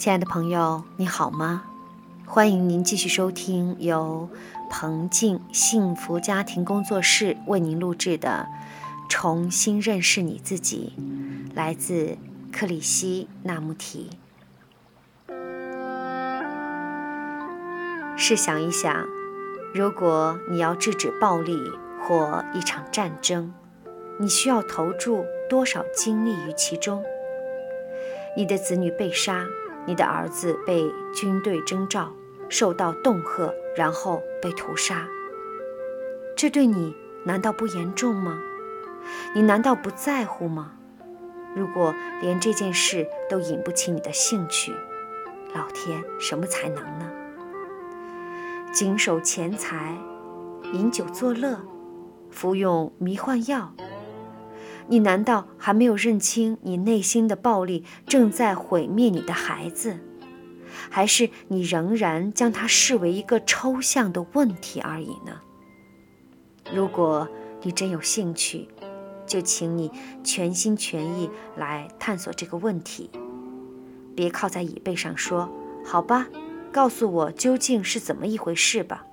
亲爱的朋友，你好吗？欢迎您继续收听由彭静幸福家庭工作室为您录制的《重新认识你自己》，来自克里希那穆提。试想一想，如果你要制止暴力或一场战争，你需要投注多少精力于其中？你的子女被杀，你的儿子被军队征召，受到恫吓，然后被屠杀，这对你难道不严重吗？你难道不在乎吗？如果连这件事都引不起你的兴趣，老天什么才能呢？谨守钱财，饮酒作乐，服用迷幻药，你难道还没有认清你内心的暴力正在毁灭你的孩子？还是你仍然将它视为一个抽象的问题而已呢？如果你真有兴趣，就请你全心全意来探索这个问题。别靠在椅背上说，好吧，告诉我究竟是怎么一回事吧。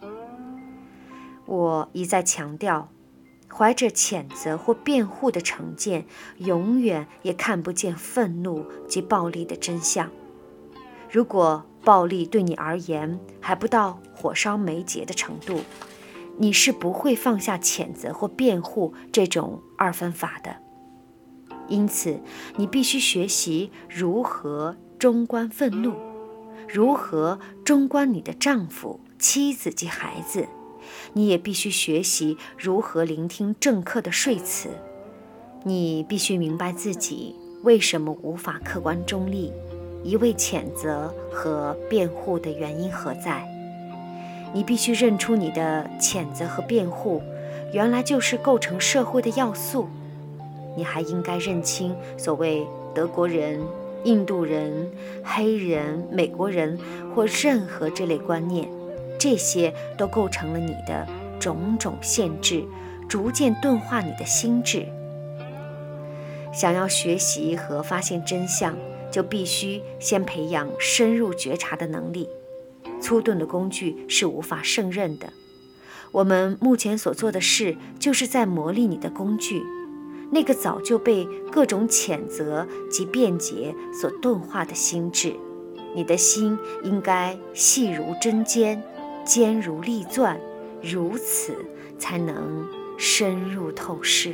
我一再强调，怀着谴责或辩护的成见，永远也看不见愤怒及暴力的真相。如果暴力对你而言还不到火烧眉睫的程度，你是不会放下谴责或辩护这种二分法的。因此，你必须学习如何中观愤怒，如何中观你的丈夫、妻子及孩子。你也必须学习如何聆听政客的说辞。你必须明白自己为什么无法客观中立，一味谴责和辩护的原因何在。你必须认出你的谴责和辩护原来就是构成社会的要素。你还应该认清所谓德国人、印度人、黑人、美国人或任何这类观念，这些都构成了你的种种限制，逐渐钝化你的心智。想要学习和发现真相，就必须先培养深入觉察的能力。粗钝的工具是无法胜任的。我们目前所做的事，就是在磨砺你的工具，那个早就被各种谴责及辩解所钝化的心智。你的心应该细如针尖，尖如利钻，如此才能深入透视。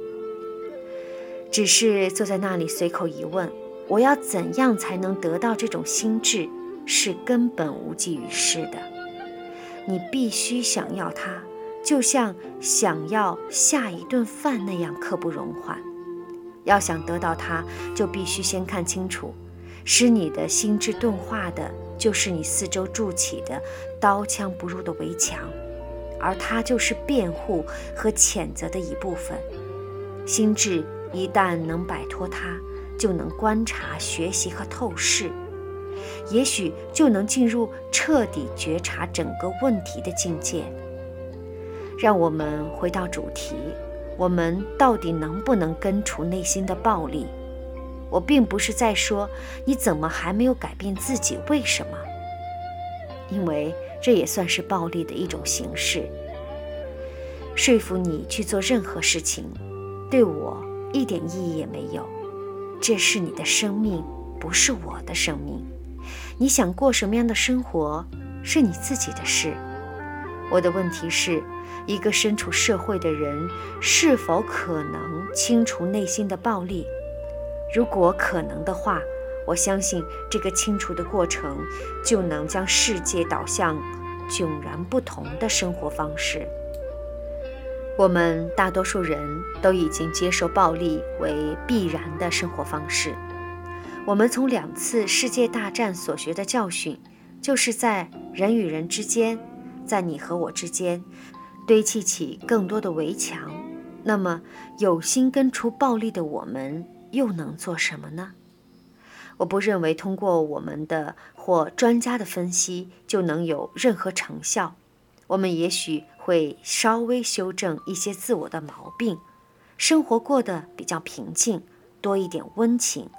只是坐在那里随口一问，我要怎样才能得到这种心智，是根本无济于事的。你必须想要它，就像想要下一顿饭那样刻不容缓。要想得到它，就必须先看清楚，使你的心智钝化的就是你四周筑起的刀枪不入的围墙，而它就是辩护和谴责的一部分。心智一旦能摆脱它，就能观察、学习和透视，也许就能进入彻底觉察整个问题的境界。让我们回到主题，我们到底能不能根除内心的暴力？我并不是在说你怎么还没有改变自己，为什么？因为这也算是暴力的一种形式。说服你去做任何事情，对我一点意义也没有。这是你的生命，不是我的生命。你想过什么样的生活，是你自己的事。我的问题是，一个身处社会的人是否可能清除内心的暴力？如果可能的话，我相信这个清除的过程就能将世界导向迥然不同的生活方式。我们大多数人都已经接受暴力为必然的生活方式。我们从2次世界大战所学的教训，就是在人与人之间，在你和我之间，堆砌起更多的围墙。那么，有心根除暴力的我们，又能做什么呢？我不认为通过我们的或专家的分析就能有任何成效。我们也许会稍微修正一些自我的毛病，生活过得比较平静，多一点温情。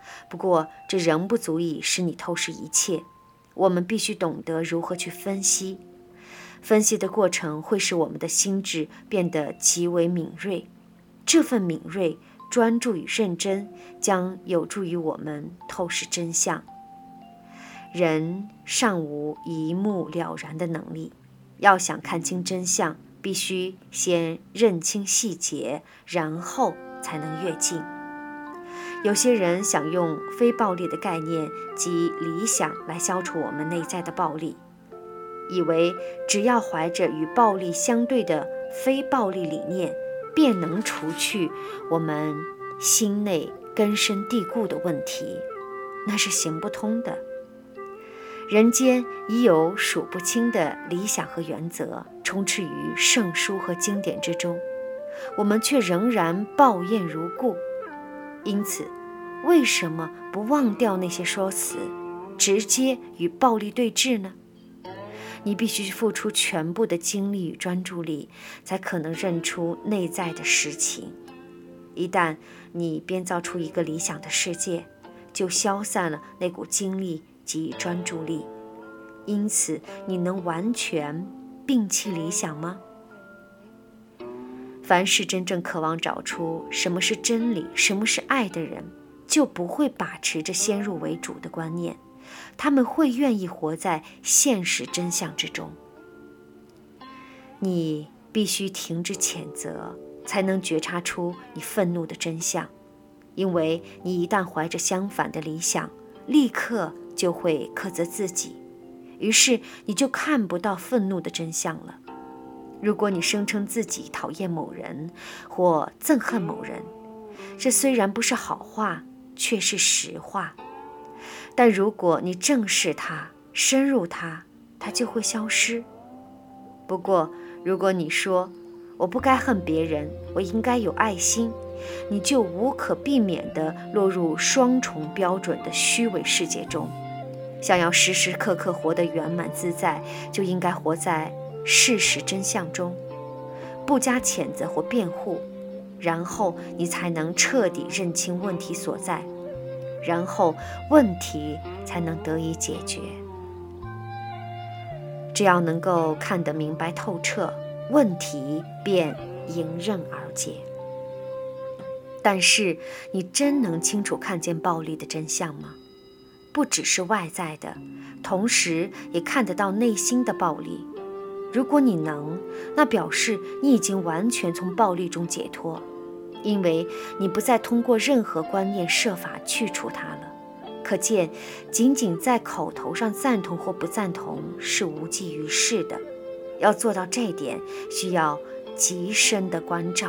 不过这仍不足以使你透视一切，我们必须懂得如何去分析。分析的过程会使我们的心智变得极为敏锐，这份敏锐、专注与认真将有助于我们透视真相。人尚无一目了然的能力，要想看清真相，必须先认清细节，然后才能跃进。有些人想用非暴力的概念及理想来消除我们内在的暴力，以为只要怀着与暴力相对的非暴力理念，便能除去我们心内根深蒂固的问题，那是行不通的。人间已有数不清的理想和原则充斥于圣书和经典之中，我们却仍然抱怨如故。因此，为什么不忘掉那些说辞，直接与暴力对峙呢？你必须付出全部的精力与专注力，才可能认出内在的实情。一旦你编造出一个理想的世界，就消散了那股精力及专注力。因此，你能完全摒弃理想吗？凡是真正渴望找出什么是真理、什么是爱的人，就不会把持着先入为主的观念，他们会愿意活在现实真相之中。你必须停止谴责，才能觉察出你愤怒的真相，因为你一旦怀着相反的理想，立刻就会苛责自己，于是你就看不到愤怒的真相了。如果你声称自己讨厌某人或憎恨某人，这虽然不是好话，却是实话。但如果你正视它，深入它，它就会消失。不过，如果你说我不该恨别人，我应该有爱心，你就无可避免地落入双重标准的虚伪世界中。想要时时刻刻活得圆满自在，就应该活在事实真相中，不加谴责或辩护，然后你才能彻底认清问题所在，然后问题才能得以解决。只要能够看得明白透彻，问题便迎刃而解。但是你真能清楚看见暴力的真相吗？不只是外在的，同时也看得到内心的暴力。如果你能，那表示你已经完全从暴力中解脱，因为你不再通过任何观念设法去除它了。可见，仅仅在口头上赞同或不赞同是无济于事的。要做到这一点，需要极深的关照。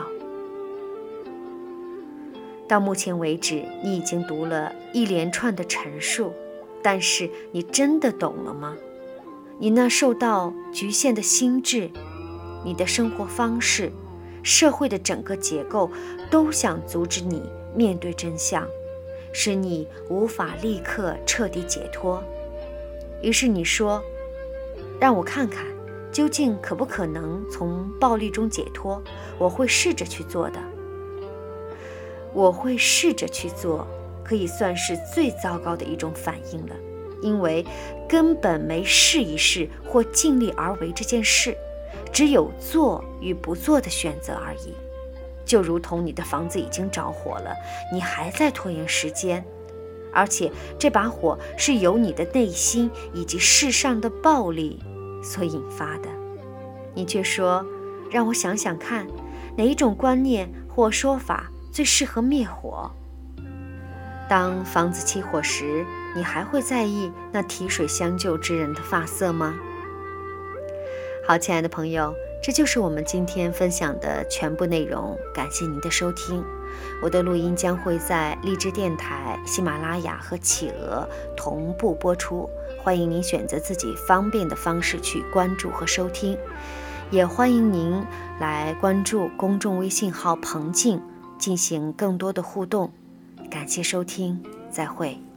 到目前为止，你已经读了一连串的陈述，但是你真的懂了吗？你那受到局限的心智，你的生活方式，社会的整个结构，都想阻止你面对真相，使你无法立刻彻底解脱。于是你说，让我看看究竟可不可能从暴力中解脱，我会试着去做的。我会试着去做，可以算是最糟糕的一种反应了，因为根本没试一试或尽力而为这件事，只有做与不做的选择而已。就如同你的房子已经着火了，你还在拖延时间，而且这把火是由你的内心以及世上的暴力所引发的。你却说，让我想想看，哪一种观念或说法最适合灭火。当房子起火时，你还会在意那提水相救之人的发色吗？好，亲爱的朋友，这就是我们今天分享的全部内容，感谢您的收听。我的录音将会在荔枝电台、喜马拉雅和企鹅同步播出，欢迎您选择自己方便的方式去关注和收听，也欢迎您来关注公众微信号彭静，进行更多的互动。感谢收听，再会。